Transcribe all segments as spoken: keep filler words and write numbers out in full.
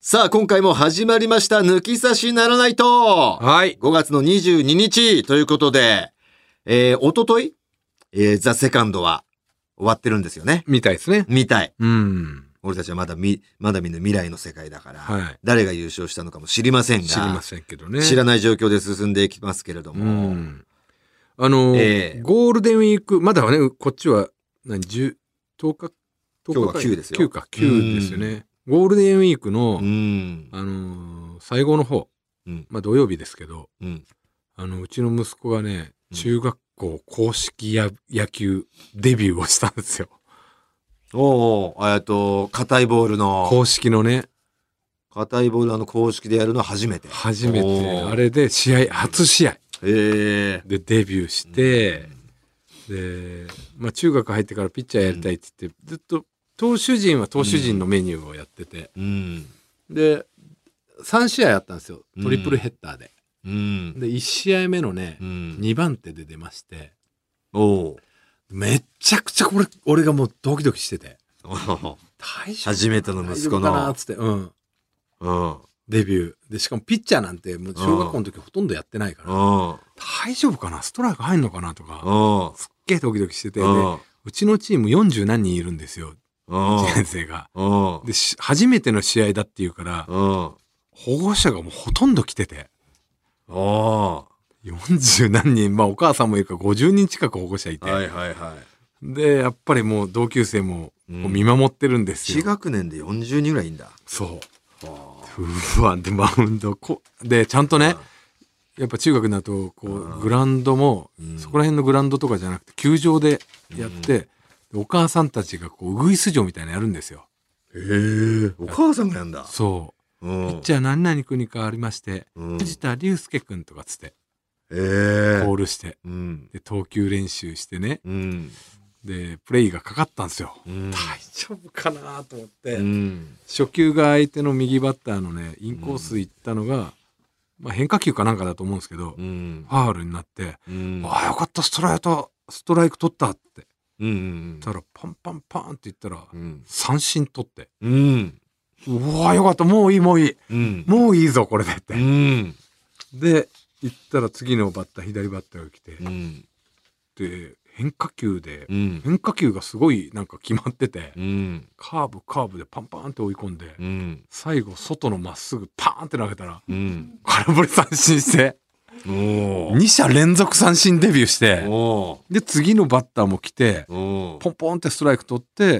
さあ今回も始まりました抜き差しならないと。 はい。 ごがつのにじゅうににちということで、えー、おととい、えー、ザ・セカンドは終わってるんですよね。 みたいですね。 みたい。 うん。 俺たちはまだみ、まだ見ぬ未来の世界だから、 はい、 誰が優勝したのかも知りませんが、 知りませんけどね。 知らない状況で進んでいきますけれども。 うん、あのーえー、ゴールデンウィーク、まだはね、こっちは何、じゅう、とおか、とおか今日はきゅうですよ。 きゅうか、きゅうですよね。ゴールデンウィークの、 うん、 あのー、最後の方、うん、まあ土曜日ですけど、うん、あの、うちの息子がね、中学校公式や野球デビューをしたんですよ。 おお、えっと、硬いボールの。 公式のね。 硬いボールの公式でやるのは初めて。 初めて。あれで試合、初試合。 へえ。 で、デビューして、で、まあ中学入ってからピッチャーやりたいって言って、ずっと投手陣は投手陣のメニューをやってて、うん、でさんしあいあったんですよ、トリプルヘッダーで、うん、でいちしあいめのね、うん、にばん手で出まして、おめっちゃくちゃこれ俺がもうドキドキしてて、 初めての息子の大丈夫かなっつって、うん、うん、デビューで、しかもピッチャーなんてもう小学校の時ほとんどやってないから、大丈夫かな、ストライク入んのかなとか、すっげえドキドキしてて、でうちのチームよんじゅうなんにんいるんですよ、いちねんせいが。で初めての試合だっていうから、保護者がもうほとんど来てて、よんじゅうなんにん、まあお母さんもいるからごじゅうにん近く保護者いて、はいはいはい、でやっぱりもう同級生も見守ってるんですよ。 いち学年でよんじゅうにんぐらいいんだ。 そう、うわ、でマウンドこでちゃんとね、やっぱ中学になるとこうグラウンドも、そこら辺のグラウンドとかじゃなくて球場でやって、お母さんたちがこうウグイス嬢みたいなのやるんですよ。 へえ、お母さんがやるんだ。 そう、ピッチャー何々君に変わりまして、藤田龍介君とかつって、コールして、で投球練習してね、でプレイがかかったんですよ。大丈夫かなと思って、初球が相手の右バッターのねインコース行ったのが、まあ、変化球かなんかだと思うんですけど、ファウルになって、ああよかった、ストライクストライク取ったって。うんうんうん、たらパンパンパンって言ったら、うん、三振取って、うん、うわよかった、もういいもういい、うん、もういいぞこれでって、うん、で言ったら次のバッター左バッターが来て、うん、で変化球で、うん、変化球がすごいなんか決まってて、うん、カーブカーブでパンパンって追い込んで、うん、最後外のまっすぐパーンって投げたら、うん、空振り三振してにしゃ連続三振デビューして、で次のバッターも来てポンポンってストライク取って、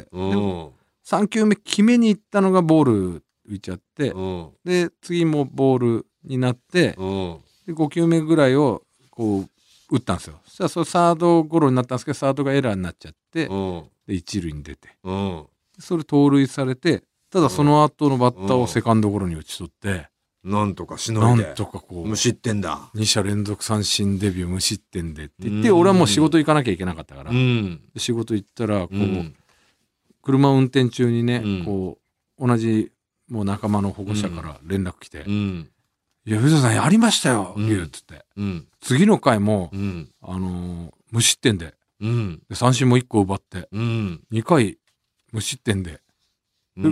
さんきゅうめ決めに行ったのがボール浮いちゃって、で次もボールになって、でごきゅうめぐらいをこう打ったんですよ。そしたらそれサードゴロになったんですけど、サードがエラーになっちゃって、で一塁に出て、それ盗塁されて、ただその後のバッターをセカンドゴロに打ち取って、 なんとかしのいで、 なんとかこう無失点だ、 にしゃ連続三振デビュー無失点でって言って、俺はもう仕事行かなきゃいけなかったから、仕事行ったらこう車運転中にね、こう同じもう仲間の保護者から連絡来て「いや藤田さんやりましたよ」言うっつって、次の回もあの無失点で三振もいっこ奪ってにかい無失点で、 うん、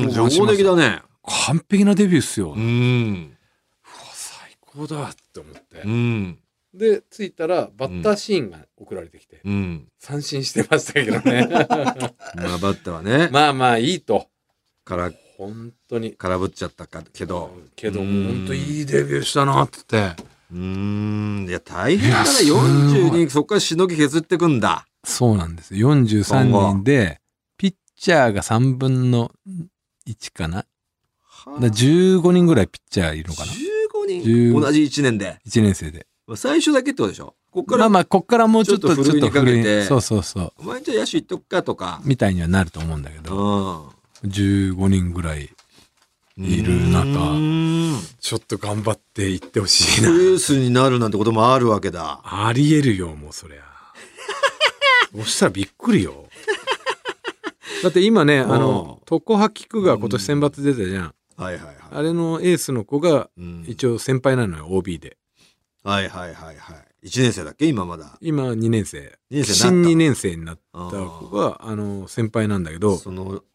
上出来だね。 完璧なデビューっすよ。うん、うわ最高だって思って、うん、で着いたらバッターシーンが送られてきて、うん、三振してましたけどねまあバッターはね、 まあまあいいと、 から本当に空振っちゃったかけど、 けども本当いいデビューしたなって言って、 うーん、いや大変だね。よんじゅうにんそこからしのぎ削ってくんだ。 そうなんですよ。よんじゅうさんにんでピッチャーがさんぶんのいちかな、だじゅうごにんぐらいピッチャーいるのかな。 じゅうごにん同じいちねんでいちねんせいで最初だけってことでしょ。こっからまあまあこっからもうちょっとふるいにかけて、 そうそうそう、 お前じゃあ野手いっとくかとかみたいにはなると思うんだけど、じゅうごにんぐらいいる中ちょっと頑張っていってほしいな。 エースになるなんてこともあるわけだ。 ありえるよもうそりゃそしたらびっくりよだって今ね、あの常葉菊が今年選抜出たじゃん。はいはいはい、あれのエースの子が一応先輩なのよ、 オービー で。 はいはいはいはい。いちねんせいだっけ今まだ。 今にねんせい。新にねんせいになった子があの先輩なんだけど、 その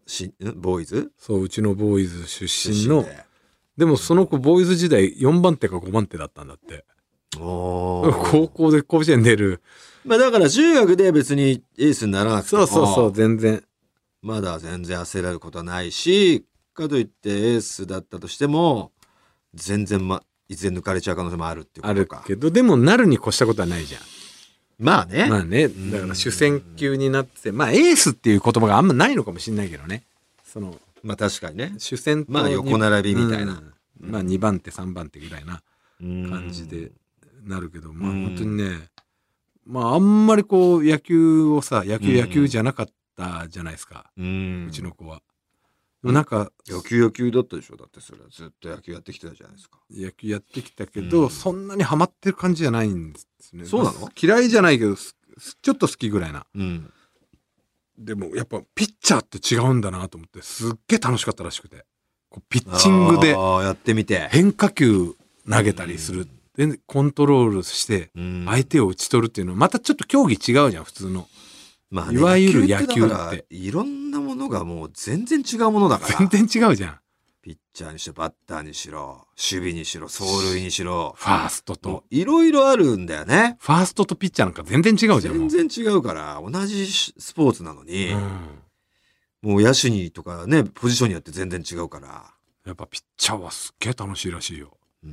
しボーイズそううちのボーイズ出身の。で, でもその子ボーイズ時代よんばん手かごばん手だったんだって。お高校で甲子園出る。 まあだから中学で別にエースにならなくてもそうそうそう全然まだ全然焦られることはないし、かといってエースだったとしても全然、ま、いずれ抜かれちゃう可能性もあるっていうことか。 あるけどでもなるに越したことはないじゃん。 まあねまあねだから主戦級になってまあエースっていう言葉があんまないのかもしれないけどね。そのまあ確かにね主戦とまあ横並びみたいな、 うん、まあにばん手さんばん手ぐらいな感じでなるけど、まあ本当にねまああんまりこう野球をさ野球野球じゃなかったじゃないですか、うん、うちの子は。でもなんか野球野球だったでしょ。だってそれはずっと野球やってきてたじゃないですか。 野球やってきたけど、うん、そんなにハマってる感じじゃないんですね。 そうなの？ 嫌いじゃないけどちょっと好きぐらいな、 うん、 でもやっぱピッチャーって違うんだなと思ってすっげえ楽しかったらしくて、こうピッチングでやってみて変化球投げたりする、うん、でコントロールして相手を打ち取るっていうのはまたちょっと競技違うじゃん普通の。まあね、いわゆる野球っていろんなものがもう全然違うものだから。 全然違うじゃん。 ピッチャーにしろバッターにしろ守備にしろ走塁にしろファーストといろいろあるんだよね。 ファーストとピッチャーなんか全然違うじゃん。 全然違うから同じスポーツなのに、うん、もう野手にとかねポジションによって全然違うからやっぱピッチャーはすっげえ楽しいらしいよ。 うん、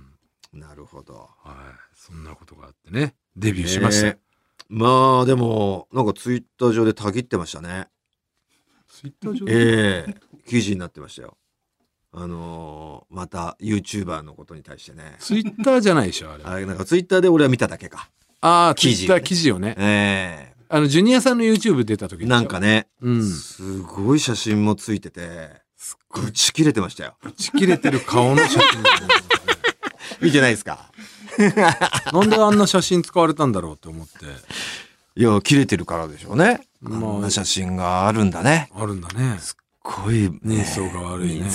うん、なるほど。はい、 そんなことがあってねデビューしました。えーまあでもなんかツイッター上でたぎってましたね。 ツイッター上でええー、記事になってましたよ。あのー、また YouTuber のことに対してね。 ツイッターじゃないでしょあれ。 あれなんかツイッターで俺は見ただけか。 ああ記事、ね、記事をね。 ええー、 あのジュニアさんの YouTube 出た時なんかね、 うん、 すごい写真もついててぶち切れてましたよ。 ぶち切れてる顔の写真見てないですか？ なんであんな写真使われたんだろうって思って。 いや切れてるからでしょうね。まあ、あんな写真があるんだね。 あるんだね。 すっごい、ね、 人相が悪いね。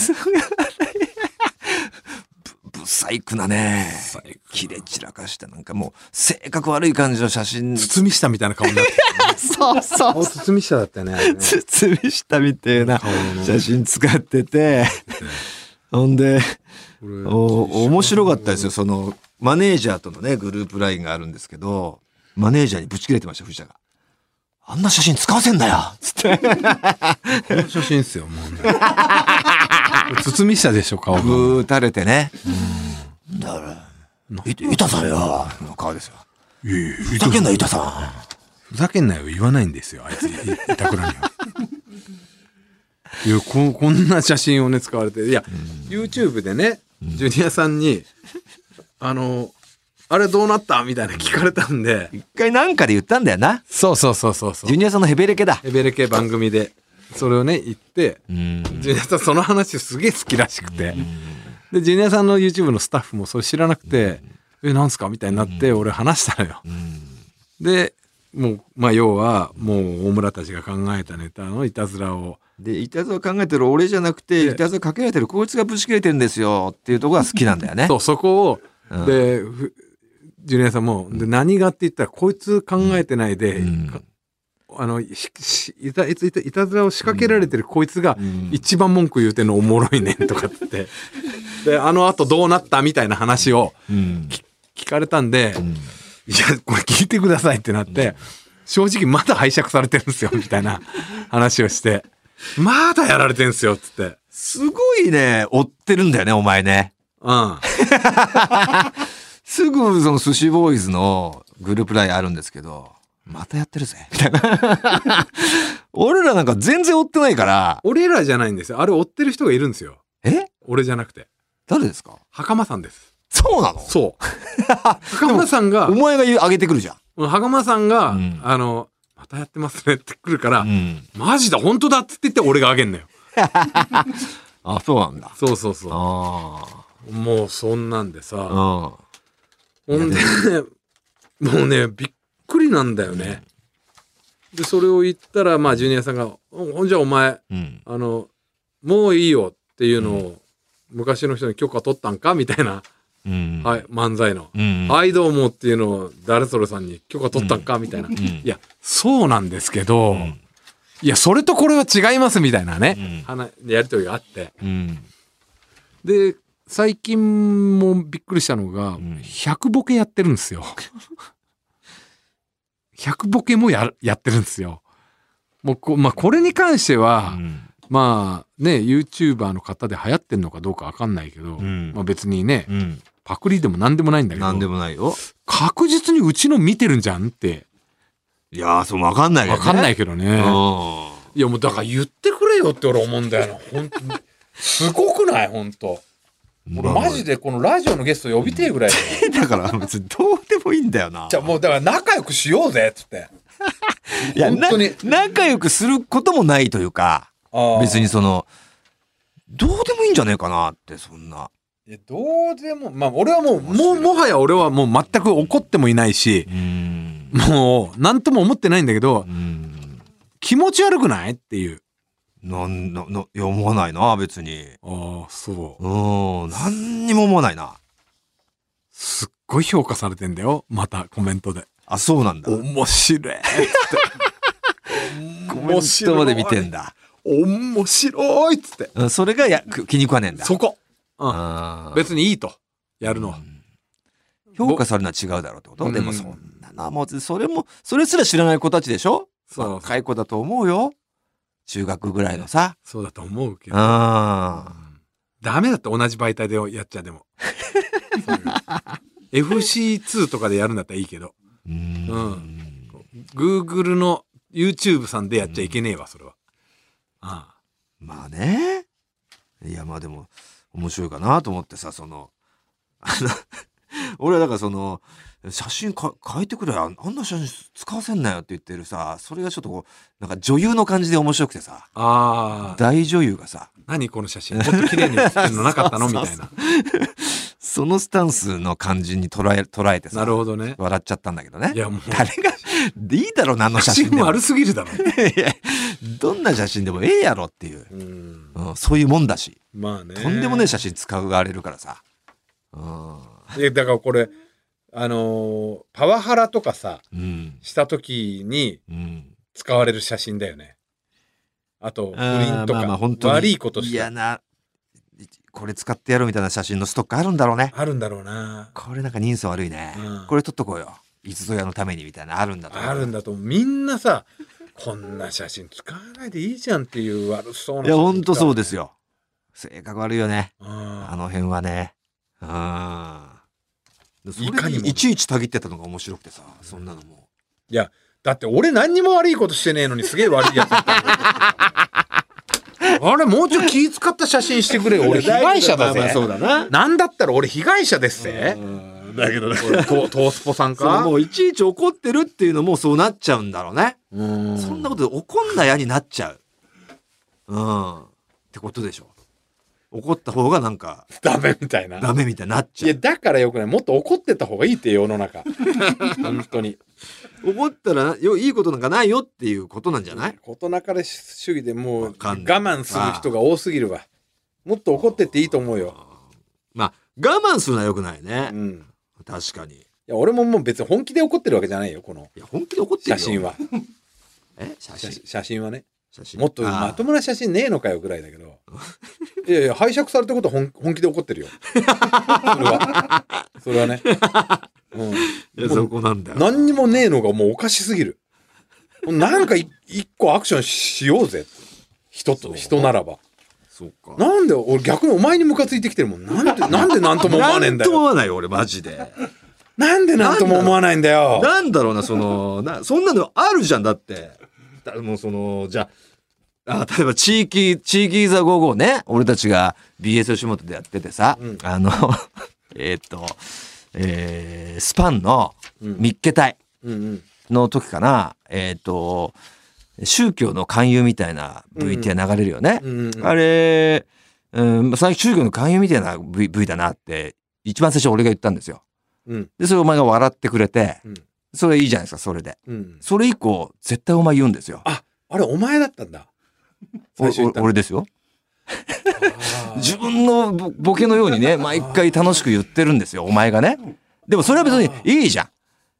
ぶ細工なね。切れ散らかしたなんかもう性格悪い感じの写真。 堤下みたいな顔になってる、ね。そうそう。堤下だったね。 堤下みたいな写真使ってて、ほんでお面白かったですよ。そのマネージャーとのねグループラインがあるんですけど、マネージャーにぶち切れてました藤田が。あんな写真使わせんなよつって。 この写真っすよもう、ね。堤下でしょ顔が。 ぶー垂れてね。うん、だから板さんよの顔ですよ。いやいやふざけんな板さん。 ふざけんなよ言わないんですよあいつ板倉には。いや こ, こんな写真をね使われていや、うん、YouTube でねジュニアさんにあのあれどうなったみたいな聞かれたんで一回なんかで言ったんだよな。 そうそうそうそうジュニアさんのヘベレケだ。 ヘベレケ番組でそれをね言ってジュニアさんその話すげえ好きらしくてでジュニアさんの YouTube のスタッフもそれ知らなくてえなんすかみたいになって俺話したのよ。でもうまあ要はもう大村たちが考えたネタのいたずらをでいたずらを考えてる俺じゃなくていたずらかけられてるこいつがぶち切れてるんですよっていうところが好きなんだよね。 そうそこを、うん、でジュニアさんもで何がって言ったらこいつ考えてないで、うん、あのいたいたいたずらを仕掛けられてるこいつが一番文句言うてんのおもろいねんとかってであのあとどうなったみたいな話を、うん、聞かれたんで、うん、いやこれ聞いてくださいってなって、うん、正直まだ拝借されてるんですよみたいな話をしてまだやられてるんですよっつってすごいね追ってるんだよねお前ね。うんすぐその寿司ボーイズのグループラインあるんですけどまたやってるぜみたいな俺らなんか全然追ってないから。 俺らじゃないんですよあれ追ってる人がいるんですよ。 え俺じゃなくて誰ですか？ 袴さんです。 そうなの？ そう袴さんがお前が上げてくるじゃん。 袴さんが、うん、あのまたやってますねってくるから、うん、マジだ本当だっつって言って俺が上げんのよあそうなんだ。 そうそうそうあもうそんなんでさほんでもうねびっくりなんだよね。でそれを言ったらまあジュニアさんが「ほんじゃお前、うん、あのもういいよ」っていうのを、うん、昔の人に許可取ったんかみたいな、うんはい、漫才の「うん、はいどうも」っていうのを誰それさんに許可取ったんか、うん、みたいな、うん、いやそうなんですけど、うん、 いやそれとこれは違いますみたいなね、うん、やりとりがあって、うん、で最近もびっくりしたのが、うん、ひゃくボケやってるんですよひゃくボケも や, やってるんですよ。もうこ、まあ、これに関しては、うん、まあね YouTuber の方で流行ってんのかどうか分かんないけど、うん、まあ、別にね、うん、パクリでも何でもないんだけど、 何でもないよ、 確実にうちの見てるんじゃんって。 いやーそう分かんないけどね。 分かんないけどね。いやもうだから言ってくれよって俺思うんだよな本当にすごくない本当。俺マジでこのラジオのゲスト呼びてえぐらいだから別にどうでもいいんだよな。 じゃあもうだから仲良くしようぜっつっていや本当に仲良くすることもないというか、別にそのどうでもいいんじゃねえかなって。そんな、 いやどうでも、まあ俺はもうもうもはや俺はもう全く怒ってもいないし、うーんもう何とも思ってないんだけど、うーん気持ち悪くないっていう。 なんなないや思わないな別に。 ああそう。 うん何にも思わないな。 すっごい評価されてんだよまたコメントで。 あそうなんだ。 面白いってコメントまで見てんだ。 面白いっつって、 うん、それがや気に食わねえんだそこ、うん、あ別にいいとやるのは、うん、 評価されるのは違うだろうってこと、うん、でもそんななもうそれもそれすら知らない子たちでしょ。そう若い子だと思うよ中学ぐらいのさ。 そうだと思うけど、あ、うん、ダメだって同じ媒体でやっちゃでもエフシーツー とかでやるんだったらいいけど、うん、うん、Google の YouTube さんでやっちゃいけねえわそれは。ああまあね。いやまあでも面白いかなと思ってさ、そのあの俺はだからその写真か変えてくれ、あんな写真使わせんなよって言ってるさ、それがちょっとこうなんか女優の感じで面白くてさ、あ大女優がさ何この写真もっと綺麗に写ってるのなかったのみたいなそのスタンスの感じに捉え捉えてさ、 なるほどね、 笑っちゃったんだけどね。 いやもう誰がいいだろう何の写真でも。 写真悪すぎるだろいやどんな写真でもええやろっていう、うんうん、そういうもんだし、 まあね、 とんでもねえ写真使われるからさ、うん、 でだからこれあのー、パワハラとかさ、うん、した時に使われる写真だよね。あと不倫とか、まあまあ本当に悪いことした嫌なこれ使ってやろうみたいな写真のストックあるんだろうね。 あるんだろうな。 これなんか人相悪いね、うん、これ撮っとこうよいつぞやのためにみたいなあるんだと思う。 あるんだと思う。みんなさこんな写真使わないでいいじゃんっていう悪そうな、ね、 いやほんとそうですよ。性格悪いよね、うん、あの辺はね。あそれにいちいちたぎってたのが面白くてさ、そんなのも。 いやだって俺何にも悪いことしてねえのにすげえ悪いやつあれもうちょい気使った写真してくれよ俺被害者だぜ。まあまあそうだな。なんだったら俺被害者ですぜ。だけどねトースポさんかもういちいち怒ってるっていうのもそうなっちゃうんだろうね。うんそんなことで怒んなやになっちゃう、うん、ってことでしょ。怒った方がなんかダメみたいなダメみたいになっちゃう。 いやだからよくない、もっと怒ってた方がいいって世の中本当に怒ったらよいいことなんかないよっていうことなんじゃない。 事なかれ主義でもう我慢する人が多すぎるわ。もっと怒ってっていいと思うよ。 まあ我慢するのはよくないね、うん、確かに。いや俺ももう別に本気で怒ってるわけじゃないよこの。 いや本気で怒ってるよ写真はえ写真写真はね、もっとまともな写真ねえのかよぐらいだけどいやいや拝借されたことは 本, 本気で怒ってるよそれはそれはね、 うん、いやそこなんだよ。 何にもねえのがもうおかしすぎる。なんか一個アクションしようぜ人と人ならば。そうか。なんで俺逆にお前にムカついてきてるもん。なんでなんでなんとも思わねえんだよ。 なんとも思わないよ俺マジで。 なんでなんとも思わないんだよ。 なんだろうなそのなそんなのあるじゃん。だってもうそのじゃああ例えば地域地域座ごじゅうごね、俺たちが ビーエス 吉本でやっててさ、うん、あのえっと、えー、スパンのミッケ隊の時かな、えっと宗教の勧誘みたいな ブイティー 流れるよね、うんうんうん、あれ、うん、最初宗教の勧誘みたいな v, v だなって一番最初俺が言ったんですよ、うん、でそれお前が笑ってくれて、うん、それいいじゃないですかそれで、うん、それ以降絶対お前言うんですよ。 あ、あれお前だったんだ。 最初言ったの俺ですよ自分のボケのようにね毎回楽しく言ってるんですよお前がね。でもそれは別にいいじゃん。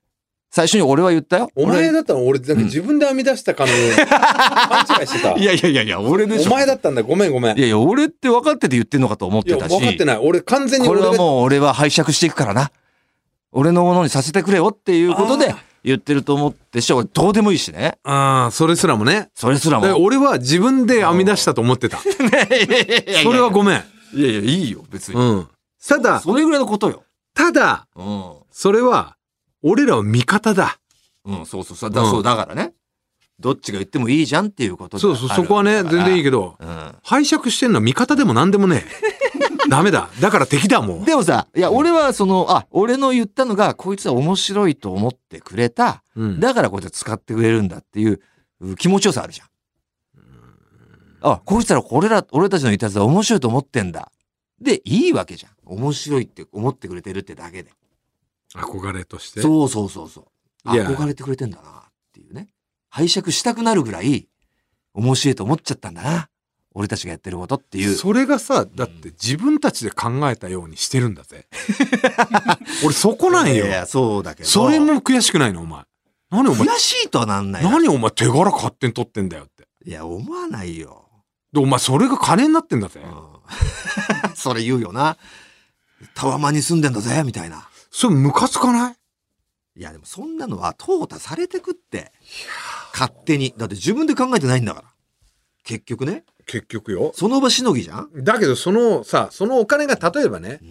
最初に俺は言ったよ。 お前だったら俺なんか自分で編み出したかのように勘違いしてた。 いやいやいやいや、俺でしょ。 お前だったんだ。ごめんごめん。 いやいや、俺って分かってて言ってんのかと思ってたし。 いや、分かってない。俺完全に俺これはもう俺は拝借していくからな。俺のものにさせてくれよっていうことで言ってると思ってし、俺どうでもいいしね。 ああ、それすらもね。 それすらも。 俺は自分で編み出したと思ってた。それはごめん。 いやいや、いいよ、別に。 うん。ただ、 それぐらいのことよ。 ただ、うん、それは、俺らは味方だ。 うん、そうそうそう。だ、そう、だからね。どっちが言ってもいいじゃんっていうことで。 そうそう、そこはね、全然いいけど、うん、拝借してんのは味方でも何でもねえ。ダメだ。だから敵だもん。 でもさ、いや、俺はその、あ、俺の言ったのが、こいつは面白いと思ってくれた。うん、だからこいつは使ってくれるんだっていう気持ちよさあるじゃん。あ、こいつら、俺ら、俺たちのいたずら面白いと思ってんだ。で、いいわけじゃん。面白いって思ってくれてるってだけで。 憧れとして。 そうそうそうそう。憧れてくれてんだなっていうね。拝借したくなるぐらい面白いと思っちゃったんだな。俺たちがやってることっていう。 それがさ、だって自分たちで考えたようにしてるんだぜ。俺そこなんよ。いや、 そうだけど。 それも悔しくないのお前。何お前。 悔しいとはなんない。 何お前手柄勝手に取ってんだよって。 いや、思わないよ。 で、お前それが金になってんだぜ。 うん、それ言うよな。タワマンに住んでんだぜ、みたいな。 それムカつかない？ いやでもそんなのは淘汰されてくって。勝手に。だって自分で考えてないんだから。結局ね。 結局よ。 その場しのぎじゃん。 だけどそのさ、そのお金が例えばね、うん、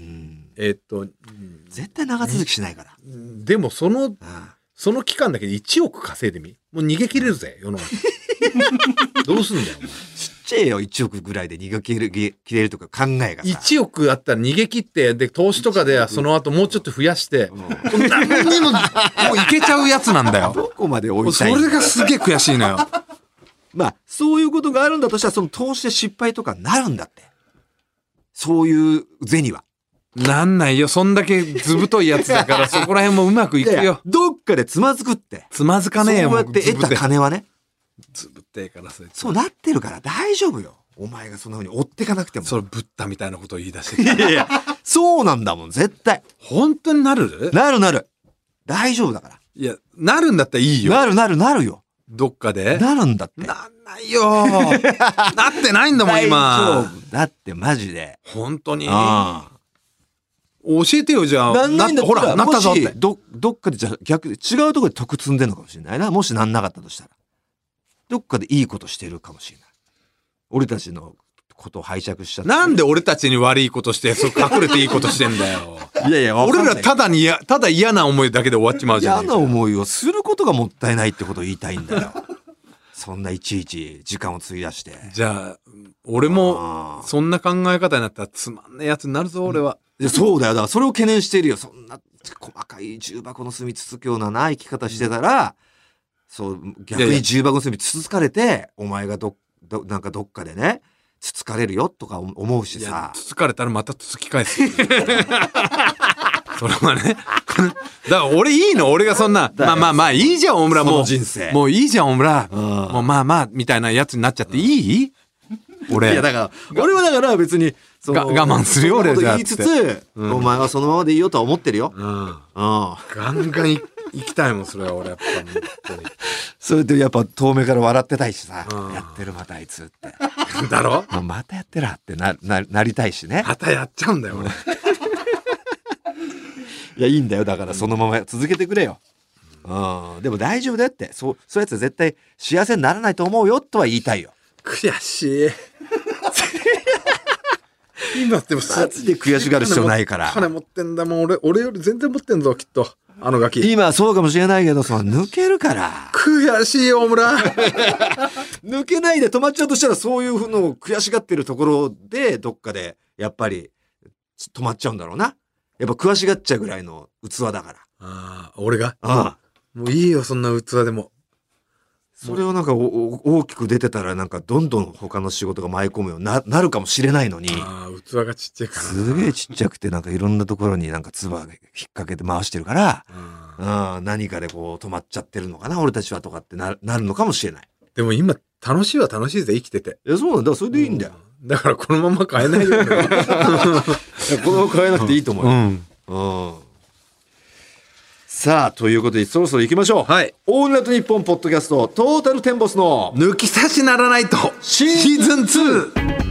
えー、っと、うん、 絶対長続きしないから。 でもその、うん、その期間だけでいちおく稼いでみ。もう逃げ切れるぜ、世の中。どうすんだよ、お前。 ちっちゃいよ、いちおくぐらいで逃げ切れる、切れるとか考えがさ。 いちおくあったら逃げ切って、で、投資とかではその後もうちょっと増やして、うん、何にも、もういけちゃうやつなんだよ。 どこまで置いたいんだよ。 それがすげえ悔しいのよ。 まあ、そういうことがあるんだとしたら、その投資で失敗とかなるんだって。そういう銭は。 なんないよ。そんだけずぶといやつだから、そこら辺もうまくいくよ。いやいや、 どっかでつまずくって。 つまずかねえよ。 そうやって得た金はね。 ずぶってえからそれ。 そうなってるから大丈夫よ。お前がそんな風に追ってかなくても。 それブッダみたいなことを言い出してきた。 いやいや、そうなんだもん、絶対。 本当になる？ なるなる。大丈夫だから。 いや、なるんだったらいいよ。 なるなるなるよ。 どっかでなるんだって。 なんないよ。なってないんだもん、今。 大丈夫だってマジで。 本当に。ああ。教えてよ、じゃあ。 なんないんだったら、ほら、 なったぞって。 ど、どっかでじゃ逆で違うところで得積んでるのかもしれないな。もしなんなかったとしたら。どっかでいいことしてるかもしれない。俺たちのことを拝借しちゃって。 なんで俺たちに悪いことして、そう隠れていいことしてんだよ。 いやいや、 俺らただにや、ただ嫌な思いだけで終わっちまうじゃん。 嫌な思いをすることがもったいないってことを言いたいんだよ。そんないちいち時間を費やして。 じゃあ、俺も、そんな考え方になったらつまんないやつになるぞ、俺は。 いやそうだよ。だからそれを懸念しているよ。そんな細かい重箱の隅つつくようなな生き方してたら、そう、逆に重箱の隅つつかれて、お前がど、ど、なんかどっかでね、つつかれるよとか思うしさ。 つつかれたらまたつつき返す。それはね。だから俺いいの俺がそんな、まあまあまあいいじゃん、大村もう。人生。もういいじゃん、大村。もうまあまあ、みたいなやつになっちゃっていい？俺。 いやだから、俺はだから別に、 我慢するよ、俺じゃあ。 言いつつ、お前はそのままでいいよとは思ってるよ。うん。 ガンガン行きたいもん、それは俺やっぱ本当に。 それでやっぱ遠目から笑ってたいしさ、やってるまたあいつって。 だろ？ もうまたやってらってな、な、なりたいしね。 またやっちゃうんだよ、俺。 いや、いいんだよ。だからそのまま続けてくれよ。うん。でも大丈夫だよって。そう、そういうやつは絶対幸せにならないと思うよとは言いたいよ。 悔しい。今ってもマジで悔しがる必要ないから。 金持ってんだもん。俺、俺より全然持ってんぞ、きっと。あのガキ。 今はそうかもしれないけど、その抜けるから。 悔しい、大村。 抜けないで止まっちゃうとしたら、そういうのを悔しがってるところで、どっかで、やっぱり、止まっちゃうんだろうな。やっぱ悔しがっちゃうぐらいの器だから。 ああ、俺が？ ああ。 もういいよ、そんな器でも。 それをなんか大きく出てたら、なんかどんどん他の仕事が舞い込むように な, なるかもしれないのに。 ああ、器がちっちゃいから。 すげえちっちゃくて、なんかいろんなところになんか唾引っ掛けて回してるから、うん、何かでこう止まっちゃってるのかな、俺たちはとかってな る, なるのかもしれない。 でも今、楽しいは楽しいぜ、生きてて。 いや、そうなんだ。それでいいんだよ。 うん、だからこのまま変えないよ。いや、このまま変えなくていいと思うよ。うん。うん。 さあということでそろそろ行きましょう。 はい。 オールナイトニッポンポッドキャストトータルテンボスの抜き差しならないとシーズンツー。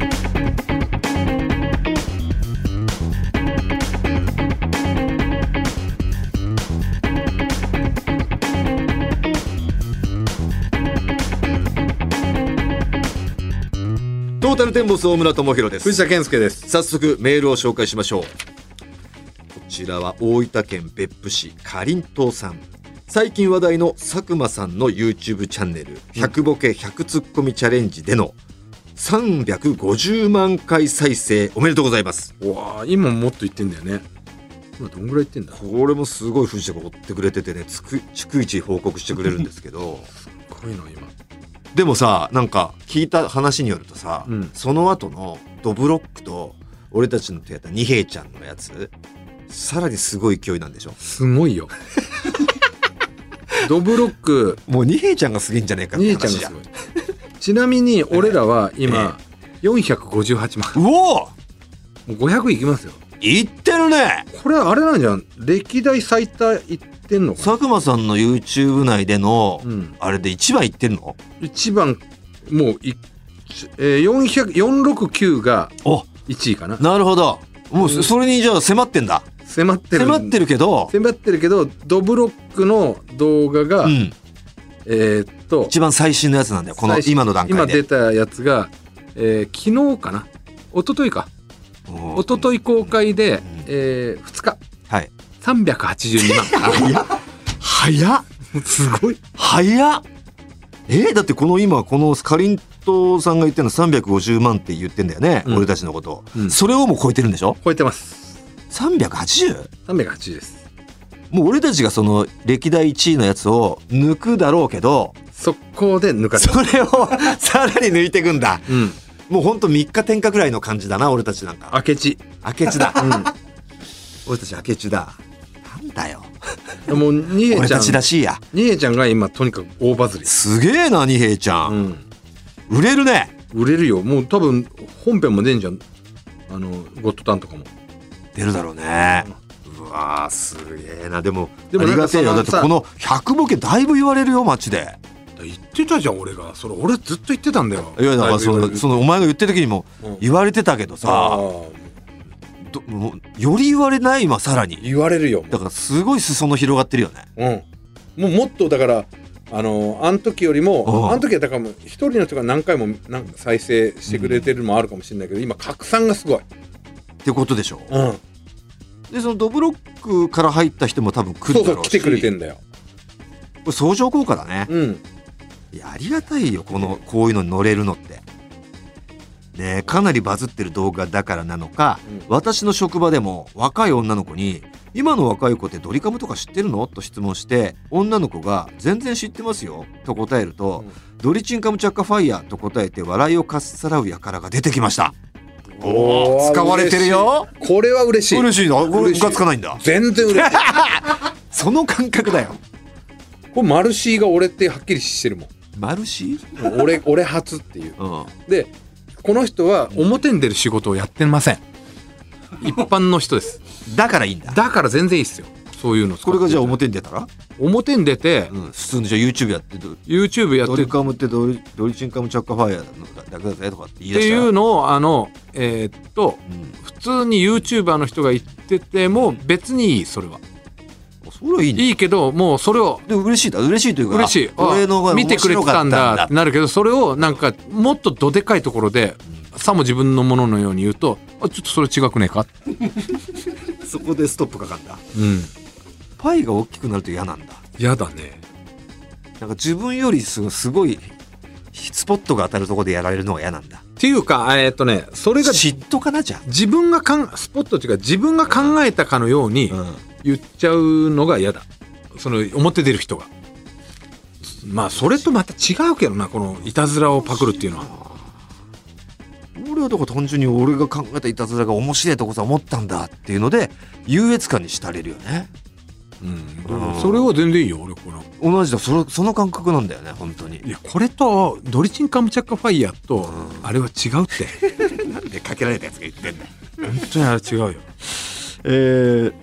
トータルテンボス大村智弘です。 藤田健介です。 早速メールを紹介しましょう。こちらは大分県別府市かりんとうさん。最近話題の佐久間さんの YouTube チャンネルひゃくボケひゃくツッコミチャレンジでのさんびゃくごじゅうまんかい再生おめでとうございます。 うわー、今もっと言ってんだよね。今どんぐらい言ってんだ。 これもすごい藤田が追ってくれててね、つく逐一報告してくれるんですけどすごいな今。 でもさ、なんか聞いた話によるとさ、うん、その後のドブロックと俺たちの手やった二平ちゃんのやつ、さらにすごい勢いなんでしょ。 すごいよドブロックもう二平ちゃんがすげえんじゃねえかって話じゃん。 ちなみに俺らは今、えー、よんひゃくごじゅうはちまん。 うおー、もうごひゃくいきますよ。 いってるね。 これあれなんじゃん、歴代最多いってんのかな。 佐久間さんの YouTube 内での、うん、あれでいちばんいってるの。 いちばんもうい、えー、よんひゃく、よんひゃくろくじゅうきゅうがいちいかな。 なるほど。もうそれにじゃあ迫ってんだ。 迫ってる迫ってるけど迫ってるけどドブロックの動画が、うん、えー、っと一番最新のやつなんだよ、この今の段階で。 今出たやつが、えー、昨日かな、一昨日か一昨日公開で、うん、えー、ふつか、 はい、 さんびゃくはちじゅうにまん早っ早っすごい早っ。えー、だってこの今このかりんとうさんが言ってるのさんびゃくごじゅうまんって言ってんだよね、うん、俺たちのこと、うん、それをもう超えてるんでしょ。 超えてます。 さんびゃくはちじゅう？ さんびゃくはちじゅうです。 もう俺たちがその歴代いちいのやつを抜くだろうけど、 速攻で抜かれる。 それをさらに抜いていくんだ、うん、もうほんとみっか天下くらいの感じだな俺たちなんか。 明智明智だ、うん、俺たち明智だ。なんだよもう二平ちゃん、 俺たちらしいや。 二平ちゃんが今とにかく大バズり。 すげえな二平ちゃん、うん、売れるね。 売れるよ。もう多分本編も出んじゃん、あのゴッドタンとかも出るだろうね、うん、うわーすげえな。でもでもありがてえよ。だってこのひゃくボケだいぶ言われるよ街で。 言ってたじゃん俺が。それ俺ずっと言ってたんだよ。 いやだからそのそのお前が言ってる時にも言われてたけどさ、うん、どもうより言われない。今さらに言われるよ。 だからすごい裾野広がってるよね。うん、もうもっとだからあのあの時よりも、あの時はだから一人の人が何回もなんか再生してくれてるのもあるかもしれないけど、うん、今拡散がすごいってことでしょ。 うん、 でそのドブロックから入った人も多分来るだろうし。そうそう来てくれてんだよ。 これ相乗効果だね。 うん、 いやありがたいよこのこういうのに乗れるのってね。かなりバズってる動画だからなのか、うん、私の職場でも若い女の子に今の若い子ってドリカムとか知ってるのと質問して、女の子が全然知ってますよと答えると、うん、ドリチンカムチャッカファイヤーと答えて笑いをかっさらう輩が出てきました。おー使われてるよ。 これは嬉しい。 嬉しいな。これムカつかないんだ。 全然嬉しいその感覚だよ。 これマルシーが俺ってはっきりしてるもん。 マルシー俺俺初っていう、 うん、 でこの人は表に出る仕事をやってません。一般の人です。 だからいいんだ。 だから全然いいっすよそういうの。 これがじゃあ表に出たら表に出て、 うん、普通のじゃあ YouTube やって YouTube やってドリカムってドリドリチンカムチャッカファイヤーのだけだぜとかって言い出したらっていうのをあのえー、っと、うん、普通に YouTuber の人が言ってても別にいい。それはそれはいいね。 いいけどもうそれをでも嬉しいだ嬉しいというか嬉しい。俺のが見てくれてたんだってなるけど、それをなんかもっとどでかいところで、うん、さも自分のもののように言うと、あちょっとそれ違くねえかそこでストップかかんだ。 うんパイが大きくなると嫌なんだ。 嫌だね。 なんか自分よりすごい、すごいスポットが当たるところでやられるのが嫌なんだ。 っていうかえー、っとねそれが嫉妬かな。じゃあ自分がかんスポットっていうか自分が考えたかのように言っちゃうのが嫌だ。その表出る人が。まあそれとまた違うけどな、このいたずらをパクるっていうのは。 俺はだから単純に俺が考えたいたずらが面白いとこさ思ったんだっていうので優越感に浸れるよね。 うん、うん、それは全然いいよ。俺この同じだ。それその感覚なんだよね本当に。 いやこれとドリチンカムチャッカファイヤーと、うん、あれは違うってなんでかけられたやつが言ってんだよ本当にあれ違うよ。 えー、あ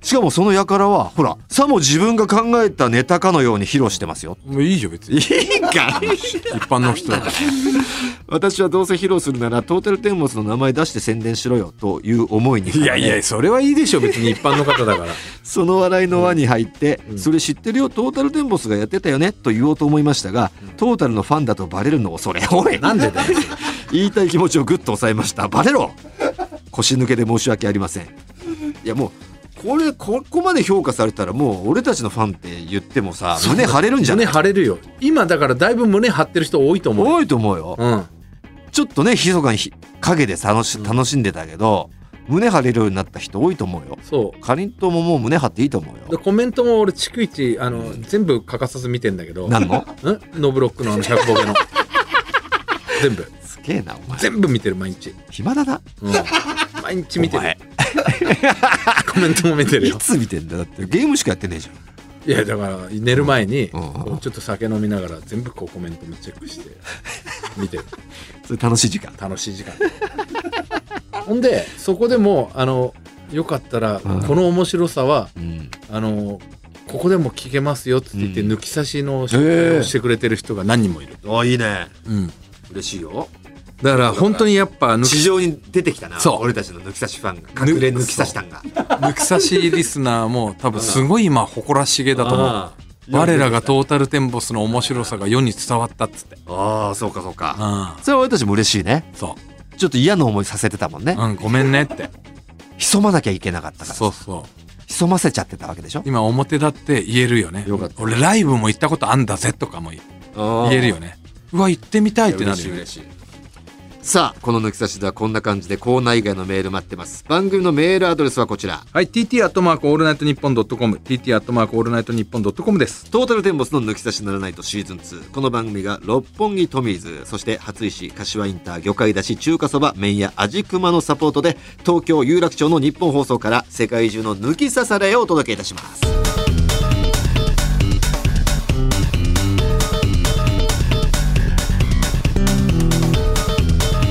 しかもその輩はほらさも自分が考えたネタかのように披露してますよ。 もういいじゃん別に。 いいかい一般の人だから。 私はどうせ披露するならトータルテンボスの名前出して宣伝しろよという思いに、 いやいやそれはいいでしょ別に一般の方だから。 その笑いの輪に入って、うん、それ知ってるよトータルテンボスがやってたよねと言おうと思いましたが、うん、トータルのファンだとバレるのをそれおいなんでだよ言いたい気持ちをグッと抑えました。バレろ腰抜けで申し訳ありません。いやもうこれここまで評価されたらもう俺たちのファンって言ってもさ胸張れるんじゃない？ 胸張れるよ。今だからだいぶ胸張ってる人多いと思う。 多いと思うよ、うん、ちょっとね密かに陰で楽し、楽しんでたけど、うん、胸張れるようになった人多いと思うよ。そうかりんとうももう胸張っていいと思うよ。 コメントも俺逐一あの、うん、全部欠かさず見てんだけど。 何の？ ノブロックのあのひゃくボケの全部すげえなお前。 全部見てる毎日。 暇だな、 うん、毎日見てるコメントも見てるよ。 いつ見てんだ？だってゲームしかやってねえじゃん。 いやだから寝る前に、うんうん、ちょっと酒飲みながら全部こうコメントもチェックして見てる。 それ楽しい時間。 楽しい時間ほんでそこでもあのよかったら、うん、この面白さは、うん、あのここでも聞けますよって言って、うん、抜き差しの紹介をしてくれてる人が何人もいる。 あ、いいね、 うん、 嬉しいよ。 だから本当にやっぱ地上に出てきたな。そう俺たちの抜き差しファンが隠れ抜き差したんが抜き差しリスナーも多分すごい今誇らしげだと思う。我らがトータルテンボスの面白さが世に伝わったっつって。 ああそうかそうか、うん、それは俺たちも嬉しいね。 そうちょっと嫌な思いさせてたもんね。 うんごめんねって潜まなきゃいけなかったから。 そうそう潜ませちゃってたわけでしょ。 今表だって言えるよね。よかった。俺ライブも行ったことあんだぜとかも言えるよね。うわ行ってみたいってなるよね。嬉しい嬉しい。 さあこの抜き差しではこんな感じでコーナー以外のメール待ってます。番組のメールアドレスはこちら。 はい ティーティー アットマークオールナイトニッポンドットコム ティーティー アットマークオールナイトニッポンドットコムです。 トータルテンボスの抜き差しならないとシーズンツー。この番組が六本木トミーズ、そして初石、柏インター、魚介だし、中華そば、麺屋味熊のサポートで東京有楽町の日本放送から世界中の抜き差されをお届けいたします。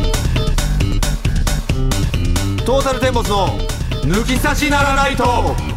トータルテンボスの抜き差しならないと。